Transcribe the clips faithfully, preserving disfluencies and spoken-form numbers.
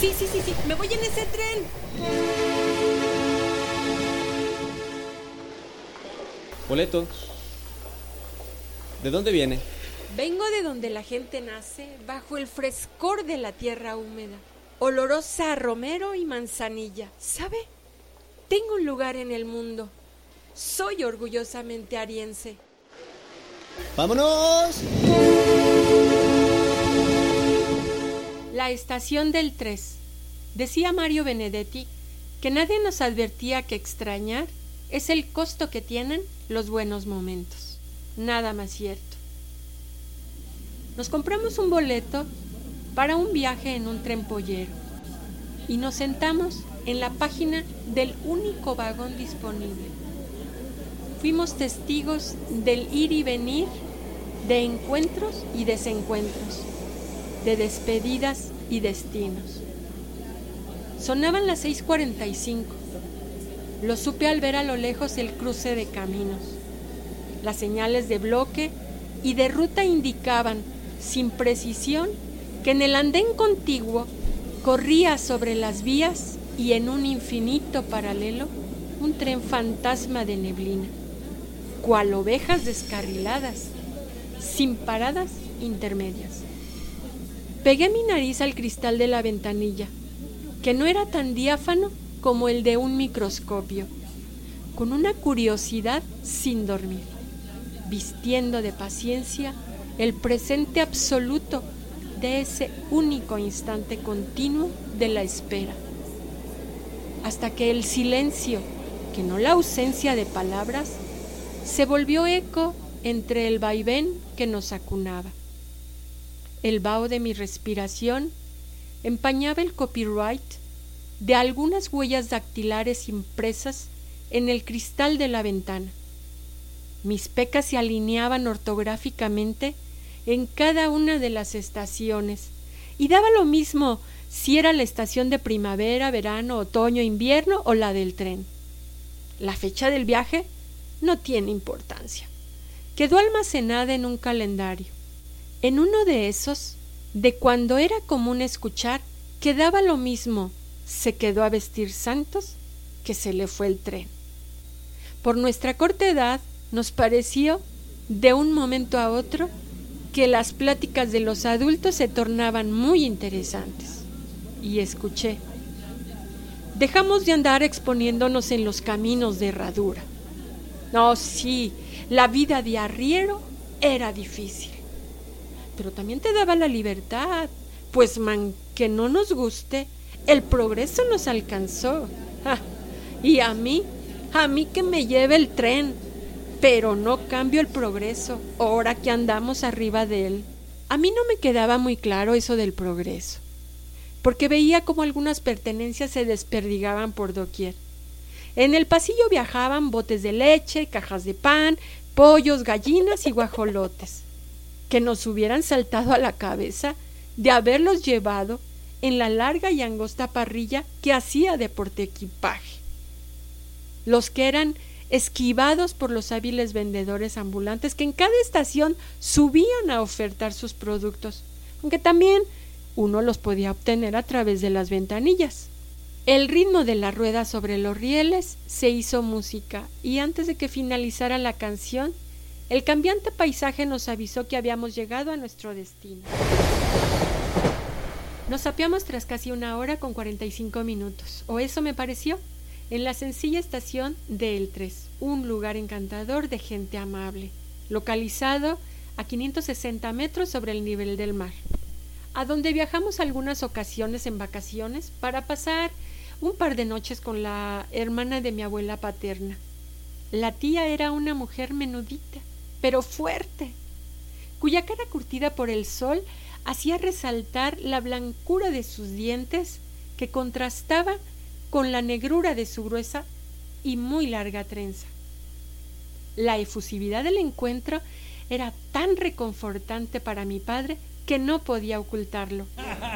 Sí, sí, sí, sí, me voy en ese tren. Boleto. ¿De dónde viene? Vengo de donde la gente nace, bajo el frescor de la tierra húmeda, olorosa a romero y manzanilla. ¿Sabe? Tengo un lugar en el mundo. Soy orgullosamente ariense. ¡Vámonos! La estación del tres. Decía Mario Benedetti que nadie nos advertía que extrañar es el costo que tienen los buenos momentos. Nada más cierto. Nos compramos un boleto para un viaje en un tren pollero y nos sentamos en la página del único vagón disponible. Fuimos testigos del ir y venir, de encuentros y desencuentros, de despedidas y destinos. Sonaban las seis cuarenta y cinco. Lo supe al ver a lo lejos el cruce de caminos. Las señales de bloque y de ruta indicaban, sin precisión, que en el andén contiguo corría sobre las vías y en un infinito paralelo un tren fantasma de neblina, cual ovejas descarriladas, sin paradas intermedias. Pegué mi nariz al cristal de la ventanilla, que no era tan diáfano como el de un microscopio, con una curiosidad sin dormir, vistiendo de paciencia el presente absoluto de ese único instante continuo de la espera, hasta que el silencio, que no la ausencia de palabras, se volvió eco entre el vaivén que nos acunaba. El vaho de mi respiración empañaba el copyright de algunas huellas dactilares impresas en el cristal de la ventana. Mis pecas se alineaban ortográficamente en cada una de las estaciones, y daba lo mismo si era la estación de primavera, verano, otoño, invierno o la del tren. La fecha del viaje no tiene importancia. Quedó almacenada en un calendario. En uno de esos, de cuando era común escuchar que daba lo mismo se quedó a vestir santos que se le fue el tren. Por nuestra corta edad nos pareció, de un momento a otro, que las pláticas de los adultos se tornaban muy interesantes. Y escuché: dejamos de andar exponiéndonos en los caminos de herradura. No, sí, la vida de arriero era difícil, pero también te daba la libertad, pues man, que no nos guste, el progreso nos alcanzó. ¡Ja! Y a mí, a mí que me lleve el tren, pero no cambio el progreso, ahora que andamos arriba de él. A mí no me quedaba muy claro eso del progreso, porque veía como algunas pertenencias se desperdigaban por doquier. En el pasillo viajaban botes de leche, cajas de pan, pollos, gallinas y guajolotes, que nos hubieran saltado a la cabeza de haberlos llevado en la larga y angosta parrilla que hacía de portaequipaje. Los que eran esquivados por los hábiles vendedores ambulantes que en cada estación subían a ofertar sus productos, aunque también uno los podía obtener a través de las ventanillas. El ritmo de la rueda sobre los rieles se hizo música, y antes de que finalizara la canción, el cambiante paisaje nos avisó que habíamos llegado a nuestro destino. Nos apeamos tras casi una hora con cuarenta y cinco minutos, o eso me pareció, en la sencilla estación de El tres, un lugar encantador de gente amable, localizado a quinientos sesenta metros sobre el nivel del mar, a donde viajamos algunas ocasiones en vacaciones para pasar un par de noches con la hermana de mi abuela paterna. La tía era una mujer menudita, pero fuerte, cuya cara curtida por el sol hacía resaltar la blancura de sus dientes, que contrastaba con la negrura de su gruesa y muy larga trenza. La efusividad del encuentro era tan reconfortante para mi padre que no podía ocultarlo.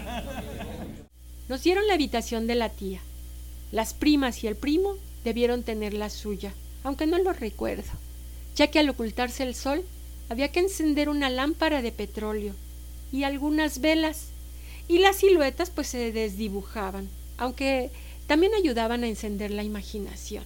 Nos dieron la habitación de la tía. Las primas y el primo debieron tener la suya, aunque no lo recuerdo, ya que al ocultarse el sol había que encender una lámpara de petróleo y algunas velas, y las siluetas pues se desdibujaban, aunque también ayudaban a encender la imaginación.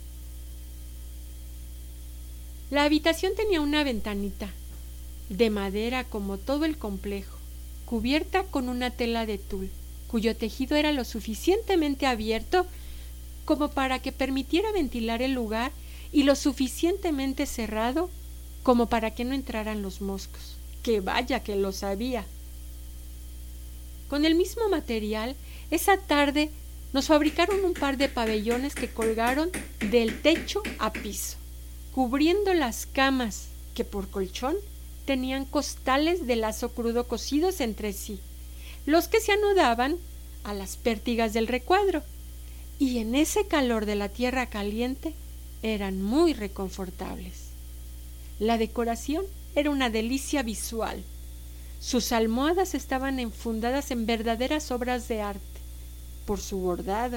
La habitación tenía una ventanita de madera como todo el complejo, cubierta con una tela de tul, cuyo tejido era lo suficientemente abierto como para que permitiera ventilar el lugar y lo suficientemente cerrado como para que no entraran los moscos, que vaya que lo sabía. Con el mismo material, esa tarde nos fabricaron un par de pabellones que colgaron del techo a piso, cubriendo las camas que por colchón tenían costales de lazo crudo cosidos entre sí, los que se anudaban a las pértigas del recuadro, y en ese calor de la tierra caliente eran muy reconfortables. La decoración era una delicia visual. Sus almohadas estaban enfundadas en verdaderas obras de arte, por su bordado.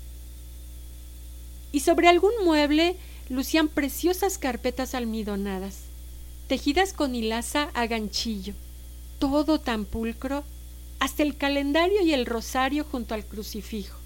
Y sobre algún mueble lucían preciosas carpetas almidonadas, tejidas con hilaza a ganchillo, todo tan pulcro, hasta el calendario y el rosario junto al crucifijo.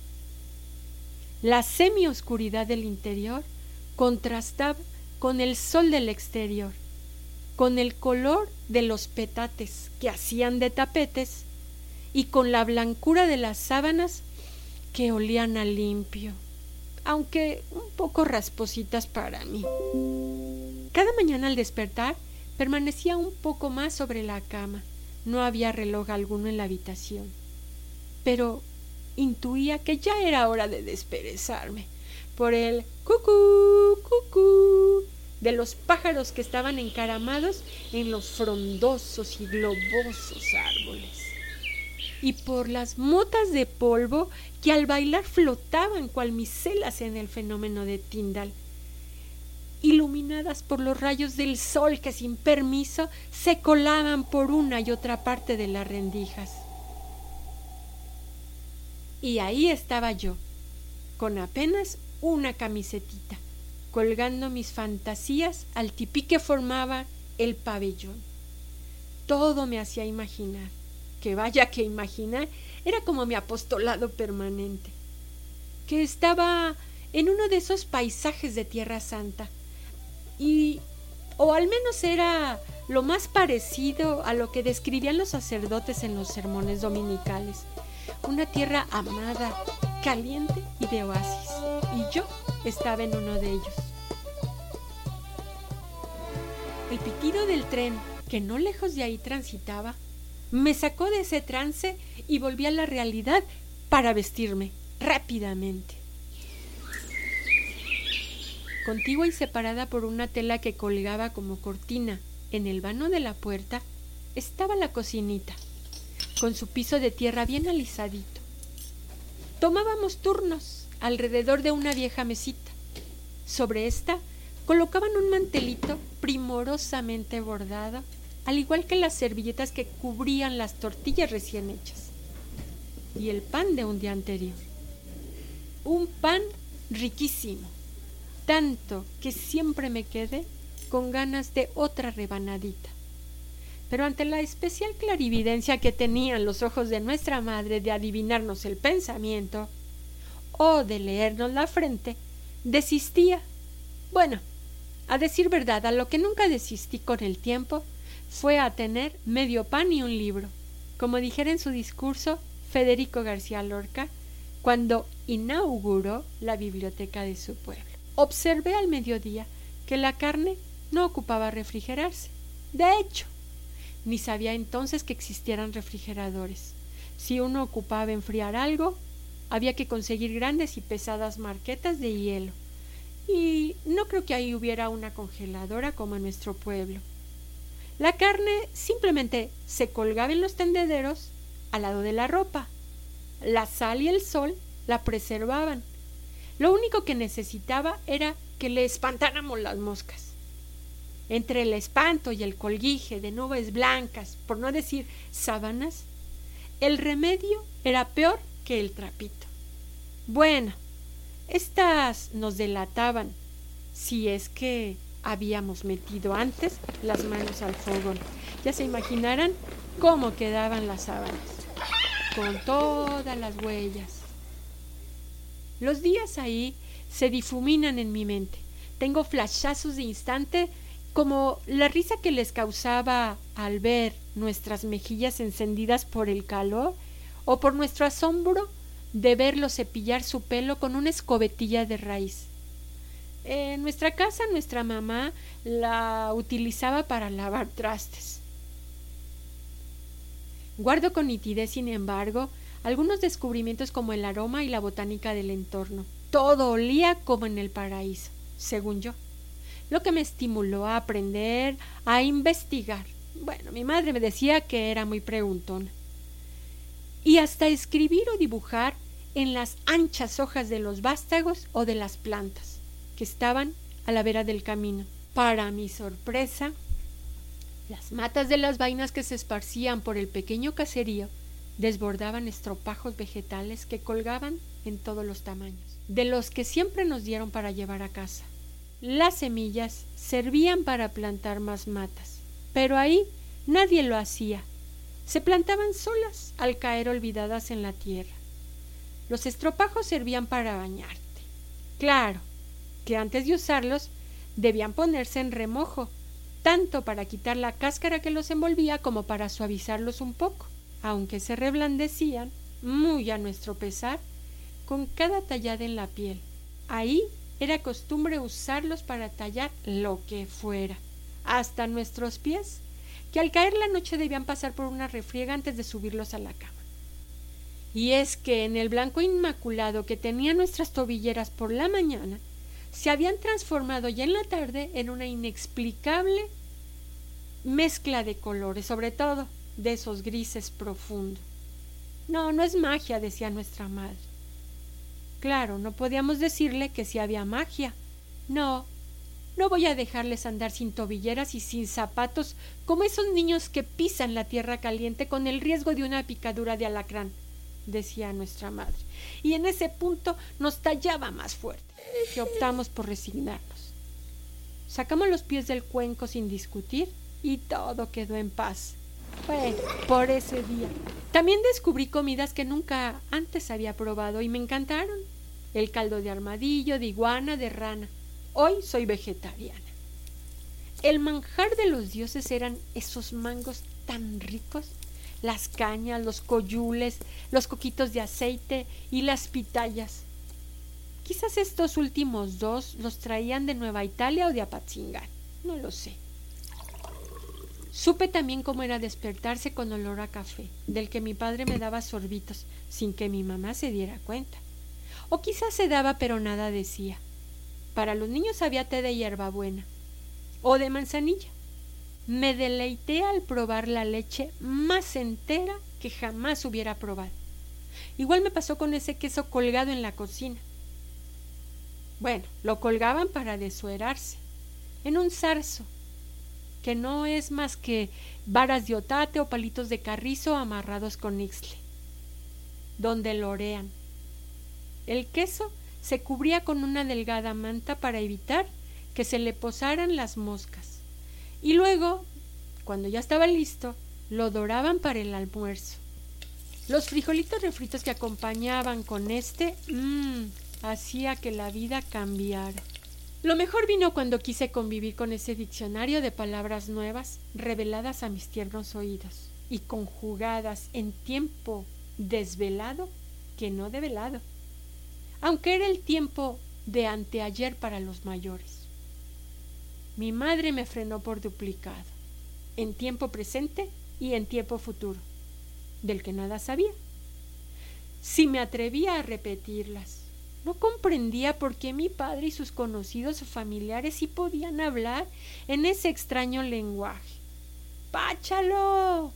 La semioscuridad del interior contrastaba con el sol del exterior, con el color de los petates que hacían de tapetes y con la blancura de las sábanas que olían a limpio, aunque un poco raspositas para mí. Cada mañana al despertar permanecía un poco más sobre la cama. No había reloj alguno en la habitación, pero intuía que ya era hora de desperezarme por el cucú, cucú de los pájaros que estaban encaramados en los frondosos y globosos árboles, y por las motas de polvo que al bailar flotaban cual micelas en el fenómeno de Tyndall, iluminadas por los rayos del sol que sin permiso se colaban por una y otra parte de las rendijas. Y ahí estaba yo, con apenas una camisetita, colgando mis fantasías al tipí que formaba el pabellón. Todo me hacía imaginar, que vaya que imaginar, era como mi apostolado permanente, que estaba en uno de esos paisajes de Tierra Santa, y o al menos era lo más parecido a lo que describían los sacerdotes en los sermones dominicales, una tierra amada, caliente y de oasis, y yo estaba en uno de ellos. El pitido del tren, que no lejos de ahí transitaba, me sacó de ese trance y volví a la realidad para vestirme rápidamente. Contigua y separada por una tela que colgaba como cortina en el vano de la puerta, estaba la cocinita, con su piso de tierra bien alisadito. Tomábamos turnos alrededor de una vieja mesita. Sobre esta colocaban un mantelito primorosamente bordado, al igual que las servilletas que cubrían las tortillas recién hechas, y el pan de un día anterior. Un pan riquísimo, tanto que siempre me quedé con ganas de otra rebanadita. Pero ante la especial clarividencia que tenían los ojos de nuestra madre de adivinarnos el pensamiento o de leernos la frente, desistía. Bueno, a decir verdad, a lo que nunca desistí con el tiempo fue a tener medio pan y un libro, como dijera en su discurso Federico García Lorca cuando inauguró la biblioteca de su pueblo. Observé al mediodía que la carne no ocupaba refrigerarse. De hecho, ni sabía entonces que existieran refrigeradores. Si uno ocupaba enfriar algo, había que conseguir grandes y pesadas marquetas de hielo. Y no creo que ahí hubiera una congeladora como en nuestro pueblo. La carne simplemente se colgaba en los tendederos al lado de la ropa. La sal y el sol la preservaban. Lo único que necesitaba era que le espantáramos las moscas. Entre el espanto y el colguije de nubes blancas, por no decir sábanas, el remedio era peor que el trapito. Bueno, estas nos delataban, si es que habíamos metido antes las manos al fogón. Ya se imaginarán cómo quedaban las sábanas. con todas las huellas. Los días ahí se difuminan en mi mente. Tengo flashazos de instante, como la risa que les causaba al ver nuestras mejillas encendidas por el calor, o por nuestro asombro de verlo cepillar su pelo con una escobetilla de raíz. En nuestra casa nuestra mamá la utilizaba para lavar trastes. Guardo con nitidez, sin embargo, algunos descubrimientos como el aroma y la botánica del entorno. Todo olía como en el paraíso, según yo, lo que me estimuló a aprender, a investigar. Bueno, mi madre me decía que era muy preguntona. Y hasta escribir o dibujar en las anchas hojas de los vástagos o de las plantas que estaban a la vera del camino. Para mi sorpresa, las matas de las vainas que se esparcían por el pequeño caserío desbordaban estropajos vegetales que colgaban en todos los tamaños, de los que siempre nos dieron para llevar a casa. Las semillas servían para plantar más matas, pero ahí nadie lo hacía. Se plantaban solas al caer olvidadas en la tierra. Los estropajos servían para bañarte. Claro que antes de usarlos debían ponerse en remojo, tanto para quitar la cáscara que los envolvía como para suavizarlos un poco, aunque se reblandecían, muy a nuestro pesar, con cada tallada en la piel. Ahí era costumbre usarlos para tallar lo que fuera, hasta nuestros pies, que al caer la noche debían pasar por una refriega antes de subirlos a la cama. Y es que en el blanco inmaculado que tenían nuestras tobilleras por la mañana, se habían transformado ya en la tarde en una inexplicable mezcla de colores, sobre todo de esos grises profundos. No, no es magia, decía nuestra madre. Claro, no podíamos decirle que sí había magia. No, no voy a dejarles andar sin tobilleras y sin zapatos como esos niños que pisan la tierra caliente con el riesgo de una picadura de alacrán, decía nuestra madre. Y en ese punto nos tallaba más fuerte, que optamos por resignarnos. Sacamos los pies del cuenco sin discutir y todo quedó en paz. Bueno, por ese día. También descubrí comidas que nunca antes había probado y me encantaron. El caldo de armadillo, de iguana, de rana. Hoy soy vegetariana. El manjar de los dioses eran esos mangos tan ricos, las cañas, los coyules, los coquitos de aceite y las pitayas. Quizás estos últimos dos los traían de Nueva Italia o de Apatzingán, no lo sé. Supe también cómo era despertarse con olor a café, del que mi padre me daba sorbitos, sin que mi mamá se diera cuenta. O quizás se daba pero nada decía. Para los niños había té de hierbabuena o de manzanilla. Me deleité al probar la leche más entera que jamás hubiera probado. Igual me pasó con ese queso colgado en la cocina. Bueno, lo colgaban para desuerarse, en un zarzo, que no es más que varas de otate o palitos de carrizo amarrados con ixtle, donde lorean. El queso se cubría con una delgada manta para evitar que se le posaran las moscas. Y luego, cuando ya estaba listo, lo doraban para el almuerzo. Los frijolitos refritos que acompañaban con este, mmm, hacía que la vida cambiara. Lo mejor vino cuando quise convivir con ese diccionario de palabras nuevas, reveladas a mis tiernos oídos y conjugadas en tiempo desvelado que no develado, aunque era el tiempo de anteayer para los mayores. Mi madre me frenó por duplicado, en tiempo presente y en tiempo futuro, del que nada sabía. Si me atrevía a repetirlas, no comprendía por qué mi padre y sus conocidos o familiares sí podían hablar en ese extraño lenguaje. ¡Páchalo!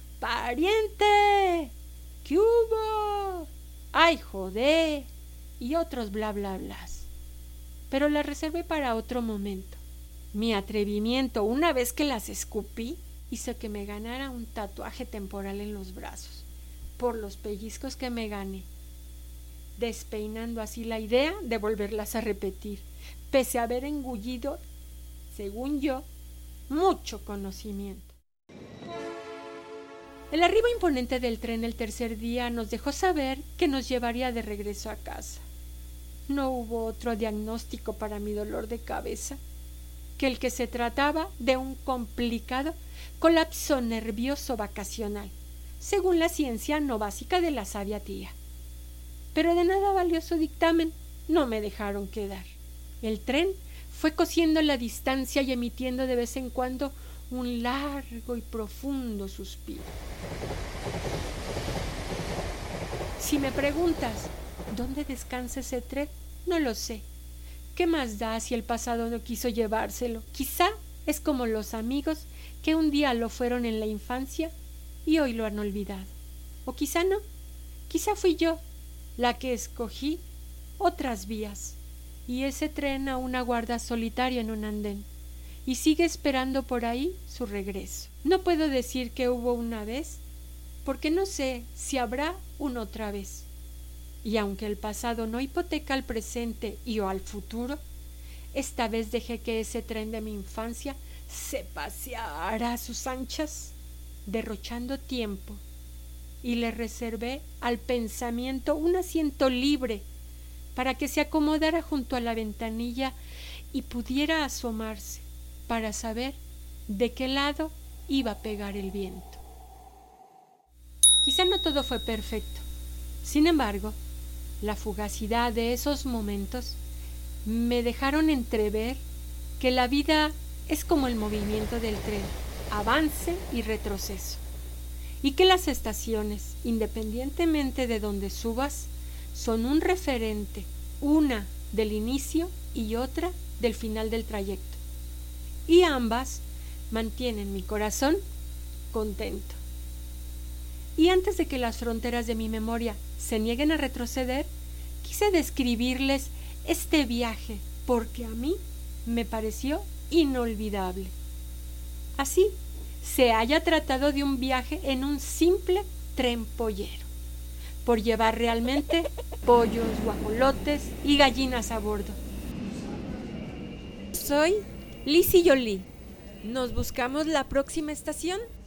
¡Pariente! ¿Qué hubo? ¡Ay, joder! Y otros bla bla blas. Pero las reservé para otro momento. Mi atrevimiento, una vez que las escupí, hizo que me ganara un tatuaje temporal en los brazos, por los pellizcos que me gané, despeinando así la idea de volverlas a repetir, pese a haber engullido, según yo, mucho conocimiento. El arribo imponente del tren el tercer día nos dejó saber que nos llevaría de regreso a casa. No hubo otro diagnóstico para mi dolor de cabeza que el que se trataba de un complicado colapso nervioso vacacional, según la ciencia no básica de la sabia tía. Pero de nada valió su dictamen, no me dejaron quedar. El tren fue cosiendo la distancia y emitiendo de vez en cuando un largo y profundo suspiro. Si me preguntas ¿dónde descansa ese tren? No lo sé. ¿Qué más da si el pasado no quiso llevárselo? Quizá es como los amigos que un día lo fueron en la infancia y hoy lo han olvidado. O quizá no. Quizá fui yo la que escogí otras vías y ese tren aún aguarda solitario en un andén y sigue esperando por ahí su regreso. No puedo decir que hubo una vez porque no sé si habrá una otra vez. Y aunque el pasado no hipoteca al presente y o al futuro, esta vez dejé que ese tren de mi infancia se paseara a sus anchas, derrochando tiempo, y le reservé al pensamiento un asiento libre para que se acomodara junto a la ventanilla y pudiera asomarse para saber de qué lado iba a pegar el viento. Quizá no todo fue perfecto. Sin embargo, la fugacidad de esos momentos me dejaron entrever que la vida es como el movimiento del tren, avance y retroceso, y que las estaciones, independientemente de donde subas, son un referente, una del inicio y otra del final del trayecto, y ambas mantienen mi corazón contento. Y antes de que las fronteras de mi memoria se nieguen a retroceder, quise describirles este viaje porque a mí me pareció inolvidable. Así se haya tratado de un viaje en un simple tren pollero, por llevar realmente pollos, guajolotes y gallinas a bordo. Soy Lizzie Jolie. Nos buscamos la próxima estación.